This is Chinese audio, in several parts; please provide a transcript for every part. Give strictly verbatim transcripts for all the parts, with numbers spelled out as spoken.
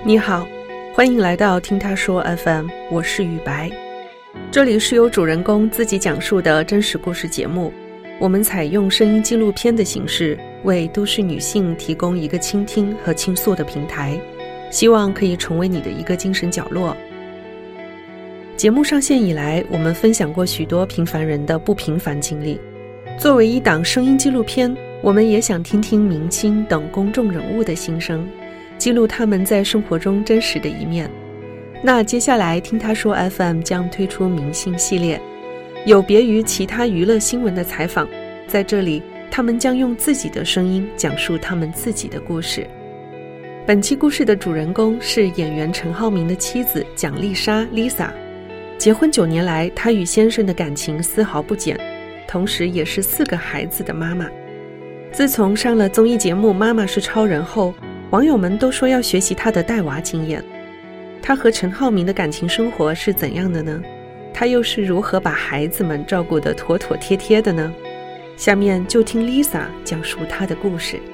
你好，欢迎来到听他说 F M， 我是雨白。这里是由主人公自己讲述的真实故事节目，我们采用声音纪录片的形式，为都市女性提供一个倾听和倾诉的平台，希望可以成为你的一个精神角落。节目上线以来，我们分享过许多平凡人的不平凡经历。作为一档声音纪录片，我们也想听听明星等公众人物的心声，记录他们在生活中真实的一面。那接下来听他说 F M 将推出明星系列，有别于其他娱乐新闻的采访，在这里他们将用自己的声音讲述他们自己的故事。本期故事的主人公是演员陈浩民的妻子蒋丽莎 Lisa。 结婚九年来，她与先生的感情丝毫不减，同时也是四个孩子的妈妈。自从上了综艺节目《妈妈是超人》后，网友们都说要学习她的带娃经验。她和陈浩民的感情生活是怎样的呢？她又是如何把孩子们照顾得妥妥帖帖的呢？下面就听 Lisa 讲述她的故事。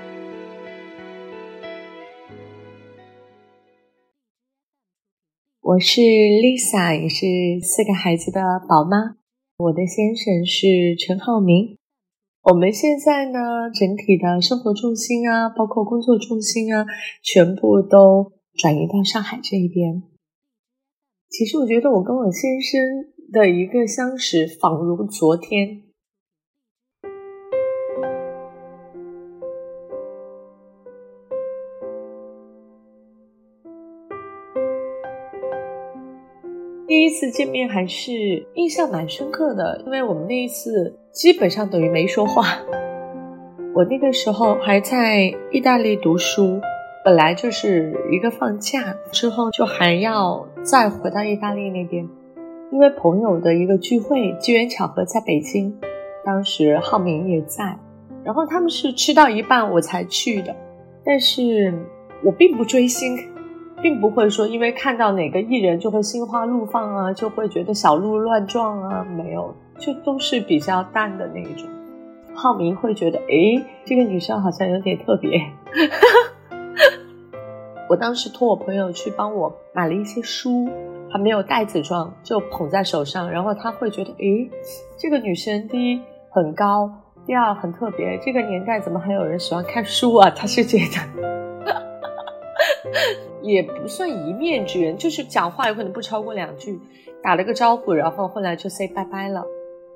我是 Lisa， 也是四个孩子的宝妈。我的先生是陈浩民。我们现在呢，整体的生活重心啊，包括工作重心啊，全部都转移到上海这一边。其实我觉得我跟我先生的一个相识仿如昨天。第一次见面还是印象蛮深刻的，因为我们那一次基本上等于没说话。我那个时候还在意大利读书，本来就是一个放假之后就还要再回到意大利那边，因为朋友的一个聚会，机缘巧合在北京，当时浩民也在，然后他们是吃到一半我才去的，但是我并不追星，并不会说因为看到哪个艺人就会心花怒放啊，就会觉得小鹿乱撞啊，没有，就都是比较淡的那一种。浩民会觉得诶，这个女生好像有点特别我当时托我朋友去帮我买了一些书，还没有袋子装，就捧在手上，然后他会觉得诶，这个女生第一很高，第二很特别，这个年代怎么还有人喜欢看书啊，他是觉得也不算一面之缘，就是讲话有可能不超过两句，打了个招呼，然后后来就 say 拜拜了。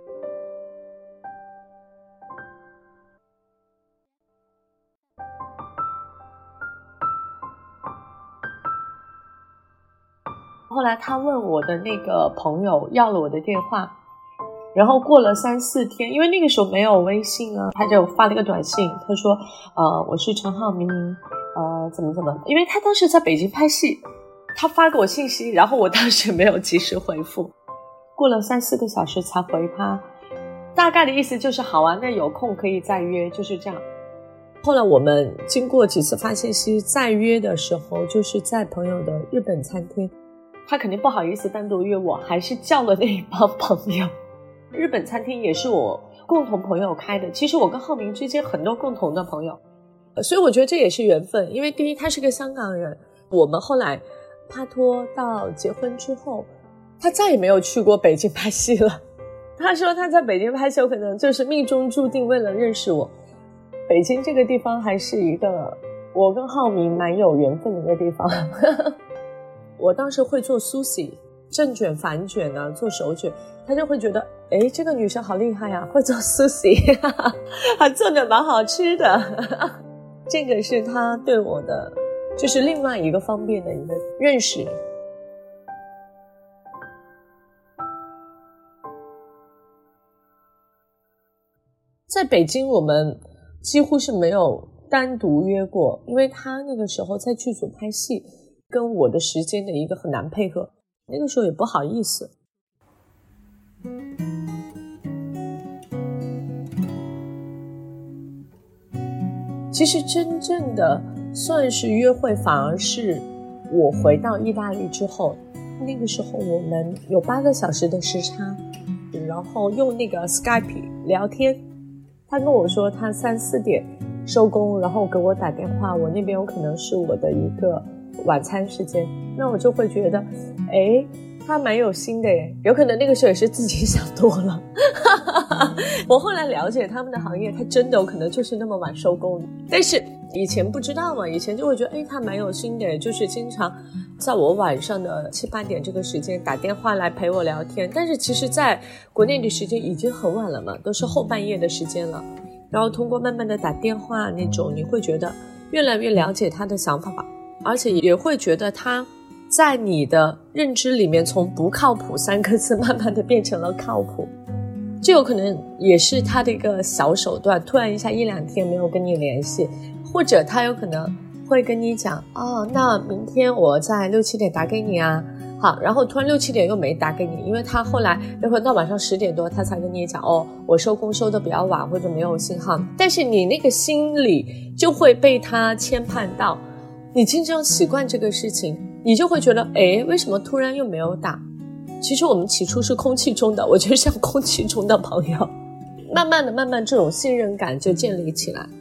后来他问我的那个朋友要了我的电话，然后过了三四天，因为那个时候没有微信啊，他就发了一个短信，他说呃，我是陈浩民，呃，怎么怎么，因为他当时在北京拍戏，他发给我信息，然后我当时没有及时回复，过了三四个小时才回他，大概的意思就是好啊，那有空可以再约，就是这样。后来我们经过几次发信息再约的时候，就是在朋友的日本餐厅，他肯定不好意思单独约我，还是叫了那一帮朋友。日本餐厅也是我共同朋友开的，其实我跟浩民之间很多共同的朋友，所以我觉得这也是缘分。因为第一他是个香港人，我们后来拍拖到结婚之后，他再也没有去过北京拍戏了。他说他在北京拍戏可能就是命中注定为了认识我。北京这个地方还是一个我跟浩民蛮有缘分的一个地方我当时会做苏西，正卷反卷啊，做手卷，他就会觉得诶，这个女生好厉害啊，会做苏西还做得蛮好吃的这个是他对我的就是另外一个方面的一个认识。在北京我们几乎是没有单独约过，因为他那个时候在剧组拍戏，跟我的时间的一个很难配合，那个时候也不好意思。其实真正的算是约会，反而是我回到意大利之后，那个时候我们有八个小时的时差，然后用那个 Skype 聊天，他跟我说他三四点收工，然后给我打电话，我那边有可能是我的一个晚餐时间，那我就会觉得诶他蛮有心的耶，有可能那个时候也是自己想多了我后来了解他们的行业，他真的有可能就是那么晚收工，但是以前不知道嘛，以前就会觉得诶他蛮有心的耶，就是经常在我晚上的七八点这个时间打电话来陪我聊天，但是其实在国内的时间已经很晚了嘛，都是后半夜的时间了，然后通过慢慢的打电话那种，你会觉得越来越了解他的想法，而且也会觉得他在你的认知里面从不靠谱三个字慢慢的变成了靠谱，这有可能也是他的一个小手段，突然一下一两天没有跟你联系，或者他有可能会跟你讲哦，那明天我在六七点打给你啊，好，然后突然六七点又没打给你，因为他后来又会到晚上十点多他才跟你讲哦，我收工收的比较晚或者没有信号，但是你那个心里就会被他牵绊到，你经常习惯这个事情，你就会觉得诶为什么突然又没有打，其实我们起初是空气中的，我觉得像空气中的朋友，慢慢的慢慢这种信任感就建立起来。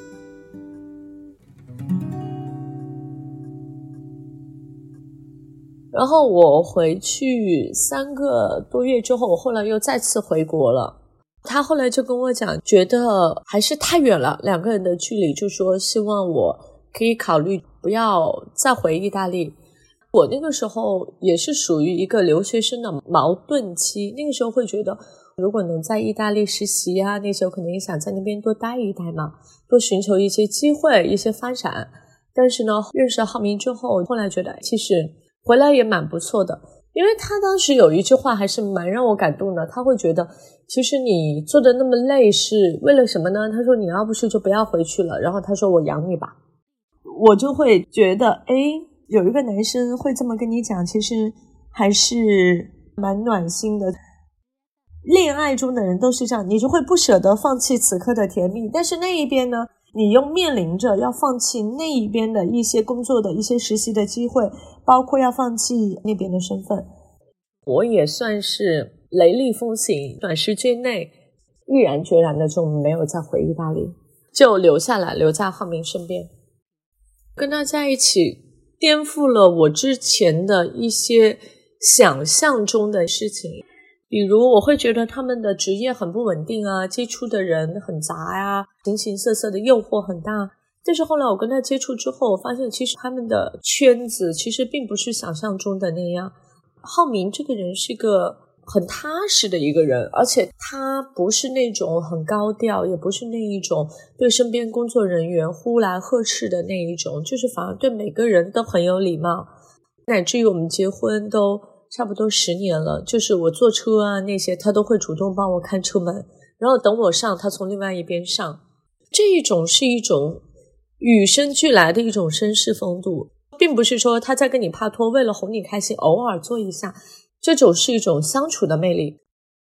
然后我回去三个多月之后，我后来又再次回国了，他后来就跟我讲觉得还是太远了，两个人的距离，就说希望我可以考虑不要再回意大利。我那个时候也是属于一个留学生的矛盾期，那个时候会觉得如果能在意大利实习啊，那时候可能也想在那边多待一待嘛，多寻求一些机会一些发展，但是呢认识浩明之后，后来觉得其实回来也蛮不错的，因为他当时有一句话还是蛮让我感动的，他会觉得其实你做的那么累是为了什么呢，他说你要不是就不要回去了，然后他说我养你吧，我就会觉得诶有一个男生会这么跟你讲，其实还是蛮暖心的。恋爱中的人都是这样，你就会不舍得放弃此刻的甜蜜，但是那一边呢你又面临着要放弃那一边的一些工作的一些实习的机会，包括要放弃那边的身份。我也算是雷厉风行，短时间内毅然决然的就没有再回意大利，就留下来留在浩明身边，跟他在一起颠覆了我之前的一些想象中的事情，比如我会觉得他们的职业很不稳定啊，接触的人很杂呀、啊，形形色色的诱惑很大，但是后来我跟他接触之后，我发现其实他们的圈子其实并不是想象中的那样。浩明这个人是个很踏实的一个人，而且他不是那种很高调，也不是那一种对身边工作人员呼来呵斥的那一种，就是反而对每个人都很有礼貌，乃至于我们结婚都差不多十年了，就是我坐车啊那些他都会主动帮我看车门，然后等我上他从另外一边上，这一种是一种与生俱来的一种绅士风度，并不是说他在跟你拍拖为了哄你开心偶尔做一下，这种是一种相处的魅力。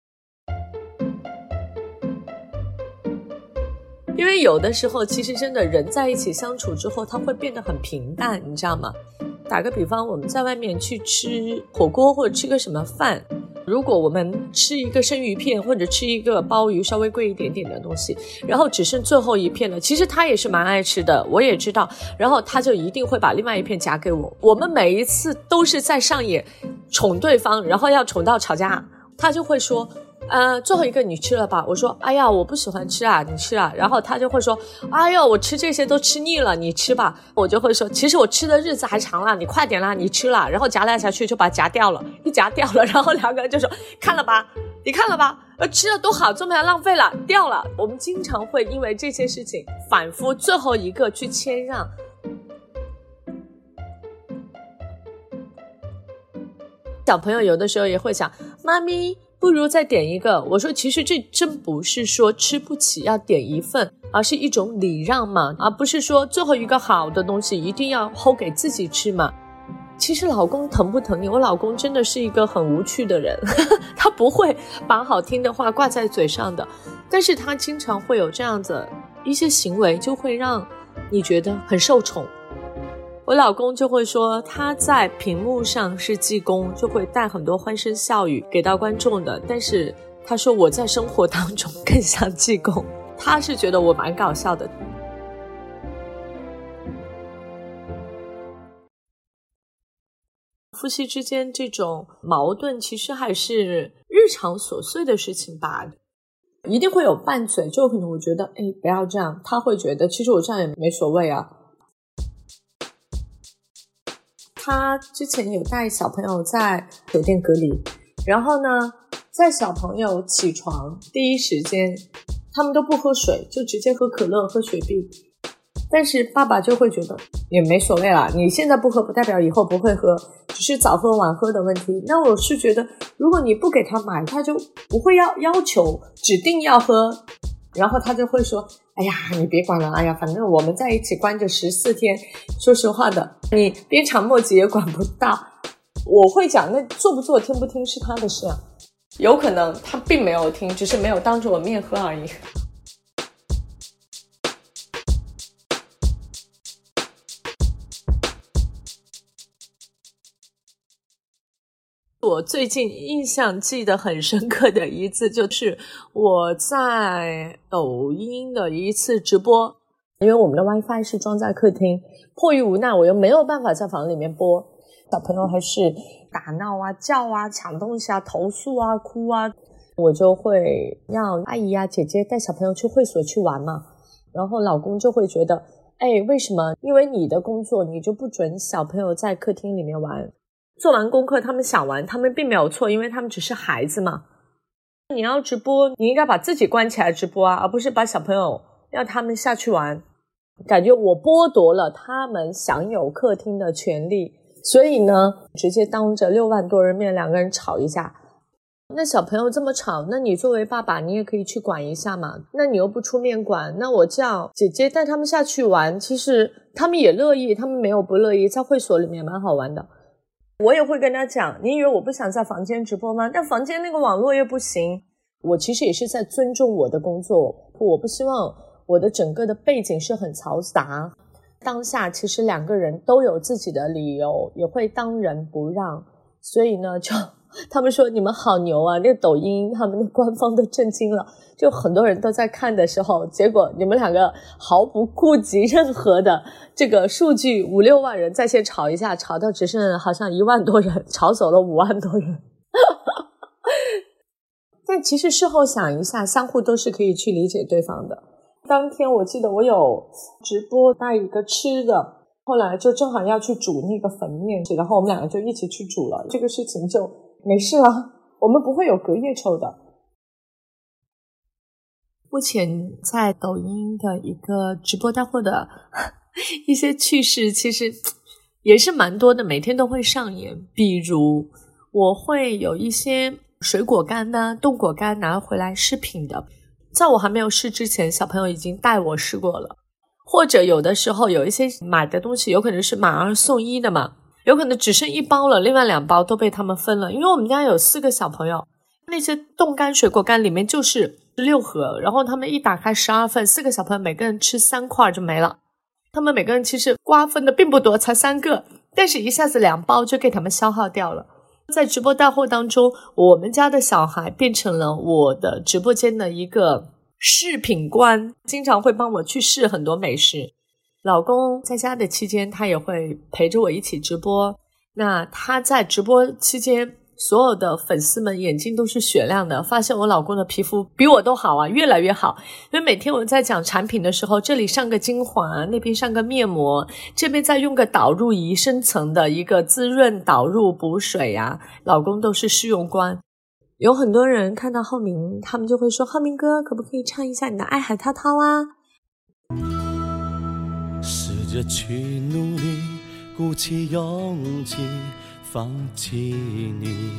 因为有的时候其实真的人在一起相处之后他会变得很平淡，你知道吗？打个比方，我们在外面去吃火锅或者吃个什么饭，如果我们吃一个生鱼片或者吃一个鲍鱼稍微贵一点点的东西，然后只剩最后一片了，其实他也是蛮爱吃的，我也知道，然后他就一定会把另外一片夹给我，我们每一次都是在上演宠对方，然后要宠到吵架，他就会说呃，最后一个你吃了吧，我说哎呀我不喜欢吃啊，你吃啊，然后他就会说哎呦我吃这些都吃腻了，你吃吧，我就会说其实我吃的日子还长了，你快点啦，你吃了，然后夹来夹去就把它夹掉了，一夹掉了，然后两个人就说看了吧，你看了吧，呃，吃了多好，这么样浪费了，掉了。我们经常会因为这些事情反复最后一个去谦让。小朋友有的时候也会想妈咪不如再点一个，我说其实这真不是说吃不起要点一份，而是一种礼让嘛，而不是说最后一个好的东西一定要 hold 给自己吃嘛。其实老公疼不疼你，我老公真的是一个很无趣的人他不会把好听的话挂在嘴上的，但是他经常会有这样子一些行为，就会让你觉得很受宠。我老公就会说他在屏幕上是济公，就会带很多欢声笑语给到观众的，但是他说我在生活当中更像济公，他是觉得我蛮搞笑的。 夫妻之间这种矛盾其实还是日常琐碎的事情吧，一定会有拌嘴，就可能我觉得哎，不要这样，他会觉得其实我这样也没所谓啊。他之前有带小朋友在酒店隔离，然后呢在小朋友起床第一时间他们都不喝水，就直接喝可乐喝雪碧，但是爸爸就会觉得也没所谓啦，你现在不喝不代表以后不会喝，只是早喝晚喝的问题。那我是觉得如果你不给他买，他就不会要要求指定要喝，然后他就会说哎呀你别管了，哎呀反正我们在一起关着十四天，说实话的你鞭长莫及也管不到。我会讲那做不做听不听是他的事啊，有可能他并没有听，只是没有当着我面喝而已。我最近印象记得很深刻的一次，就是我在抖音的一次直播，因为我们的 WiFi 是装在客厅，迫于无奈我又没有办法在房里面播，小朋友还是打闹啊叫啊抢东西啊投诉啊哭啊，我就会让阿姨啊姐姐带小朋友去会所去玩嘛，然后老公就会觉得哎，为什么因为你的工作你就不准小朋友在客厅里面玩，做完功课他们想玩他们并没有错，因为他们只是孩子嘛，你要直播你应该把自己关起来直播啊，而不是把小朋友让他们下去玩，感觉我剥夺了他们享有客厅的权利，所以呢直接当着六万多人面两个人吵一架。那小朋友这么吵，那你作为爸爸你也可以去管一下嘛，那你又不出面管，那我叫姐姐带他们下去玩，其实他们也乐意，他们没有不乐意，在会所里面蛮好玩的。我也会跟他讲，你以为我不想在房间直播吗？但房间那个网络又不行，我其实也是在尊重我的工作，我不希望我的整个的背景是很嘈杂。当下其实两个人都有自己的理由，也会当仁不让，所以呢就他们说你们好牛啊，那个抖音他们的官方都震惊了，就很多人都在看的时候，结果你们两个毫不顾及任何的这个数据，五六万人在线吵一下，吵到只剩好像一万多人，吵走了五万多人但其实事后想一下，相互都是可以去理解对方的。当天我记得我有直播带一个吃的，后来就正好要去煮那个粉面，然后我们两个就一起去煮了，这个事情就没事了，我们不会有隔夜仇的。目前在抖音的一个直播带货的一些趣事其实也是蛮多的，每天都会上演。比如我会有一些水果干啊冻果干拿回来试品的，在我还没有试之前小朋友已经带我试过了，或者有的时候有一些买的东西有可能是买二送一的嘛，有可能只剩一包了，另外两包都被他们分了，因为我们家有四个小朋友，那些冻干水果干里面就是六盒，然后他们一打开十二份，四个小朋友每个人吃三块就没了，他们每个人其实瓜分的并不多，才三个，但是一下子两包就给他们消耗掉了。在直播带货当中，我们家的小孩变成了我的直播间的一个试品官，经常会帮我去试很多美食。老公在家的期间他也会陪着我一起直播，那他在直播期间所有的粉丝们眼睛都是雪亮的，发现我老公的皮肤比我都好啊，越来越好。因为每天我在讲产品的时候，这里上个精华，那边上个面膜，这边再用个导入仪深层的一个滋润导入补水啊，老公都是试用官。有很多人看到浩明，他们就会说，浩明哥可不可以唱一下你的爱海滔滔啊。试着去努力，鼓起勇气放弃你。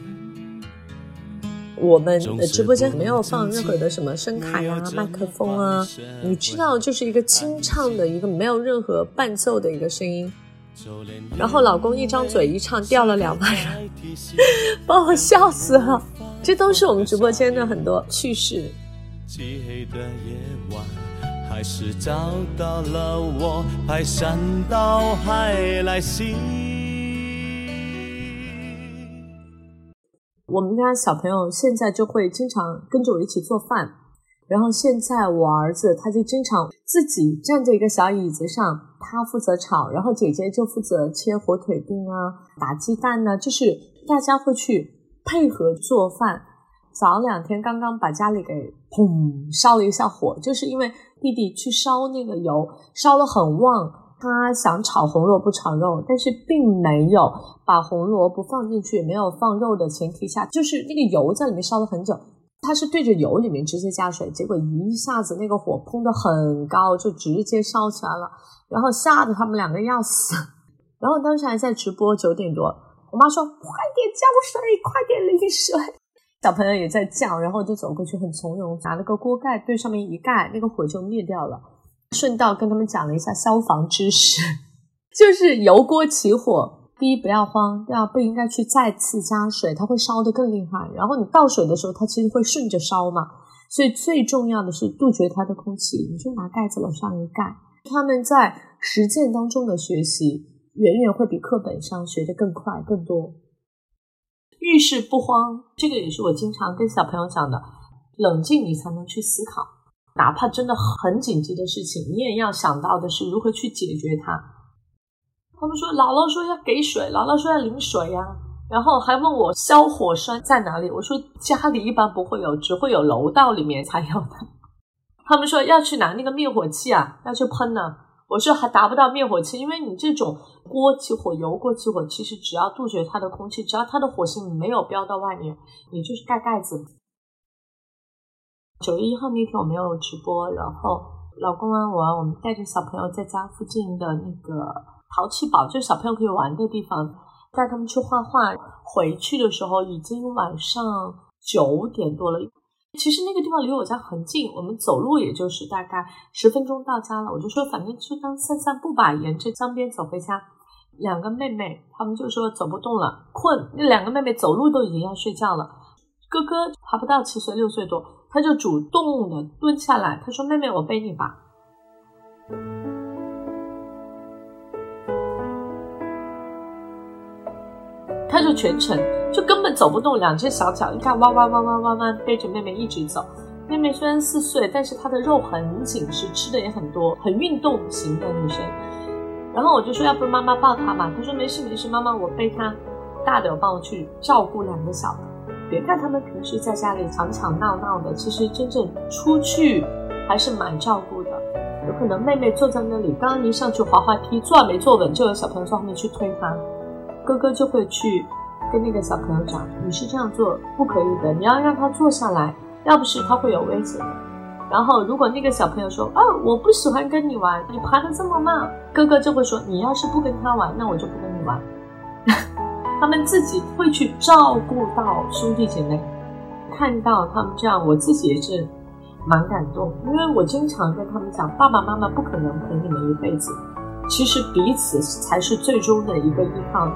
我们的直播间没有放任何的什么声卡呀、麦克风啊，你知道就是一个清唱的一个没有任何伴奏的一个声音。然后老公一张嘴一唱掉了两万人把我笑死了。这都是我们直播间的很多趣事。漆黑的夜晚还是找到了我，排山倒海来袭。我们家小朋友现在就会经常跟着我一起做饭， 然后现在我儿子他就经常自己站在一个小椅子上，他负责炒，然后姐姐就负责切火腿丁啊，打鸡蛋啊，就是大家会去配合做饭。早两天刚刚把家里给砰烧了一下火，就是因为弟弟去烧那个油烧得很旺，他想炒红萝卜炒肉，但是并没有把红萝卜放进去，也没有放肉的前提下，就是那个油在里面烧了很久，他是对着油里面直接加水，结果一下子那个火砰得很高，就直接烧起来了，然后吓得他们两个要死。然后当时还在直播，九点多，我妈说快点浇水，快点淋水，小朋友也在叫，然后我就走过去很从容，拿了个锅盖对上面一盖，那个火就灭掉了。顺道跟他们讲了一下消防知识，就是油锅起火，第一不要慌，第二不应该去再次加水，它会烧得更厉害，然后你倒水的时候它其实会顺着烧嘛，所以最重要的是杜绝它的空气，你就拿盖子往上一盖。他们在实践当中的学习远远会比课本上学得更快更多。遇事不慌，这个也是我经常跟小朋友讲的，冷静你才能去思考，哪怕真的很紧急的事情，你也要想到的是如何去解决它。他们说姥姥说要给水，姥姥说要淋水啊，然后还问我消火栓在哪里，我说家里一般不会有，只会有楼道里面才有的。他们说要去拿那个灭火器啊，要去喷呢、啊，我说还达不到灭火器，因为你这种锅起火油锅起火，其实只要杜绝它的空气，只要它的火星没有飙到外面，你就是盖盖子。九月一号那天我没有直播，然后老公啊我啊我们带着小朋友在家附近的那个淘气堡，就是小朋友可以玩的地方，带他们去画画。回去的时候已经晚上九点多了，其实那个地方离我家很近，我们走路也就是大概十分钟到家了。我就说反正就当散散步吧，沿着江边走回家。两个妹妹他们就说走不动了，困，那两个妹妹走路都已经要睡觉了。哥哥还不到七岁，六岁多，他就主动的蹲下来，他说妹妹我背你吧。他就全程就根本走不动，两只小脚你看弯弯弯弯弯弯背着妹妹一直走。妹妹虽然四岁，但是她的肉很紧实，吃的也很多，很运动型的女生。然后我就说要不妈妈抱她吧，她说没事没事，妈妈我背她。大的有帮我去照顾两个小的，别看他们平时在家里吵吵闹闹的，其实真正出去还是蛮照顾的。有可能妹妹坐在那里，刚刚一上去滑滑梯坐没坐稳，就有小朋友在后面去推她，哥哥就会去跟那个小朋友讲，你是这样做不可以的，你要让他坐下来，要不是他会有危险的。然后如果那个小朋友说哦我不喜欢跟你玩，你爬得这么慢，哥哥就会说你要是不跟他玩，那我就不跟你玩。他们自己会去照顾到兄弟姐妹，看到他们这样，我自己也是蛮感动，因为我经常跟他们讲，爸爸妈妈不可能陪你们一辈子，其实彼此才是最终的一个依靠。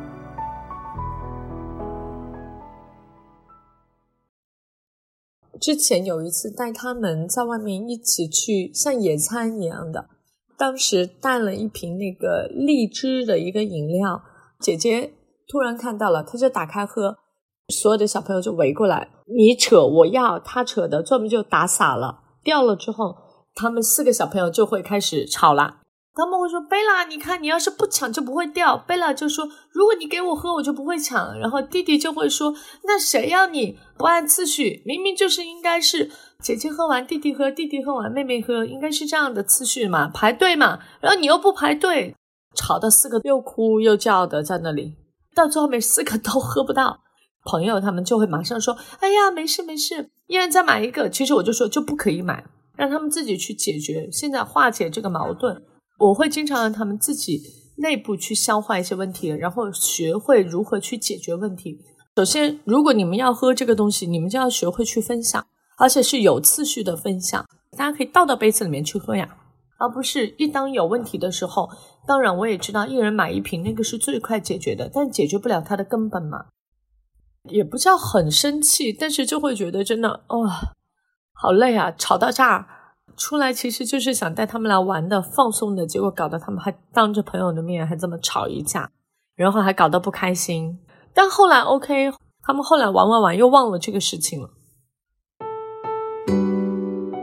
之前有一次带他们在外面一起去像野餐一样的，当时带了一瓶那个荔枝的一个饮料，姐姐突然看到了，她就打开喝，所有的小朋友就围过来，你扯我要，他扯的，最后面就打洒了，掉了之后他们四个小朋友就会开始吵啦。他们会说贝拉你看你要是不抢就不会掉，贝拉就说如果你给我喝我就不会抢，然后弟弟就会说那谁要你不按次序，明明就是应该是姐姐喝完弟弟喝，弟弟喝完妹妹喝，应该是这样的次序嘛，排队嘛，然后你又不排队，吵到四个又哭又叫的在那里，到最后面四个都喝不到，朋友他们就会马上说哎呀没事没事，一人再买一个。其实我就说就不可以买，让他们自己去解决，现在化解这个矛盾。我会经常让他们自己内部去消化一些问题，然后学会如何去解决问题。首先如果你们要喝这个东西，你们就要学会去分享，而且是有次序的分享，大家可以倒到杯子里面去喝呀，而不是一当有问题的时候，当然我也知道一人买一瓶那个是最快解决的，但解决不了它的根本嘛。也不叫很生气，但是就会觉得真的哇、哦、好累啊，吵到这儿出来其实就是想带他们来玩的放松的，结果搞得他们还当着朋友的面还这么吵一架，然后还搞得不开心。但后来 OK， 他们后来玩玩玩又忘了这个事情了。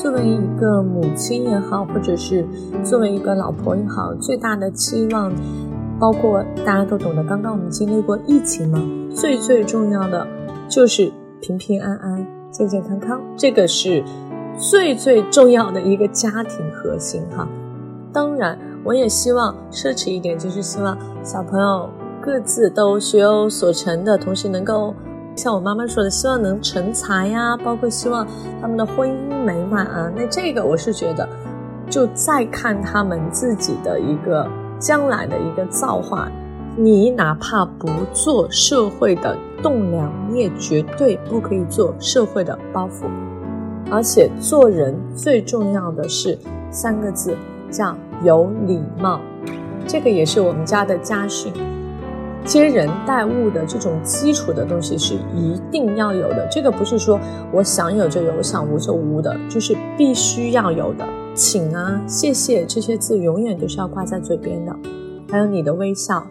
作为一个母亲也好，或者是作为一个老婆也好，最大的期望，包括大家都懂得，刚刚我们经历过疫情嘛，最最重要的就是平平安安、健健康康，这个是最最重要的一个家庭核心哈。当然我也希望奢侈一点，就是希望小朋友各自都学有所成的同时能够像我妈妈说的，希望能成才呀，包括希望他们的婚姻美满啊。那这个我是觉得就再看他们自己的一个将来的一个造化。你哪怕不做社会的栋梁，你也绝对不可以做社会的包袱。而且做人最重要的是三个字，叫有礼貌。这个也是我们家的家训，接人待物的这种基础的东西是一定要有的。这个不是说我想有就有，我想无就无的，就是必须要有的。请啊、谢谢这些字永远都是要挂在嘴边的，还有你的微笑。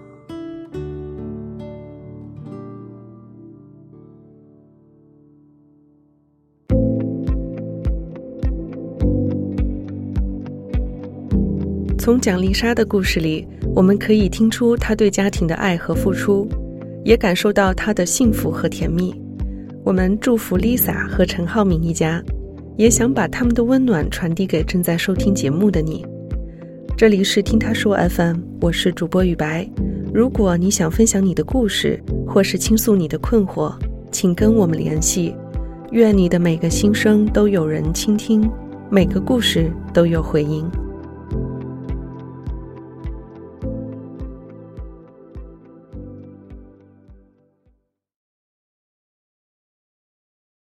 从蒋丽莎的故事里，我们可以听出她对家庭的爱和付出，也感受到她的幸福和甜蜜。我们祝福 Lisa 和陈浩敏一家，也想把他们的温暖传递给正在收听节目的你。这里是听他说 F M， 我是主播雨白。如果你想分享你的故事，或是倾诉你的困惑，请跟我们联系。愿你的每个心声都有人倾听，每个故事都有回音。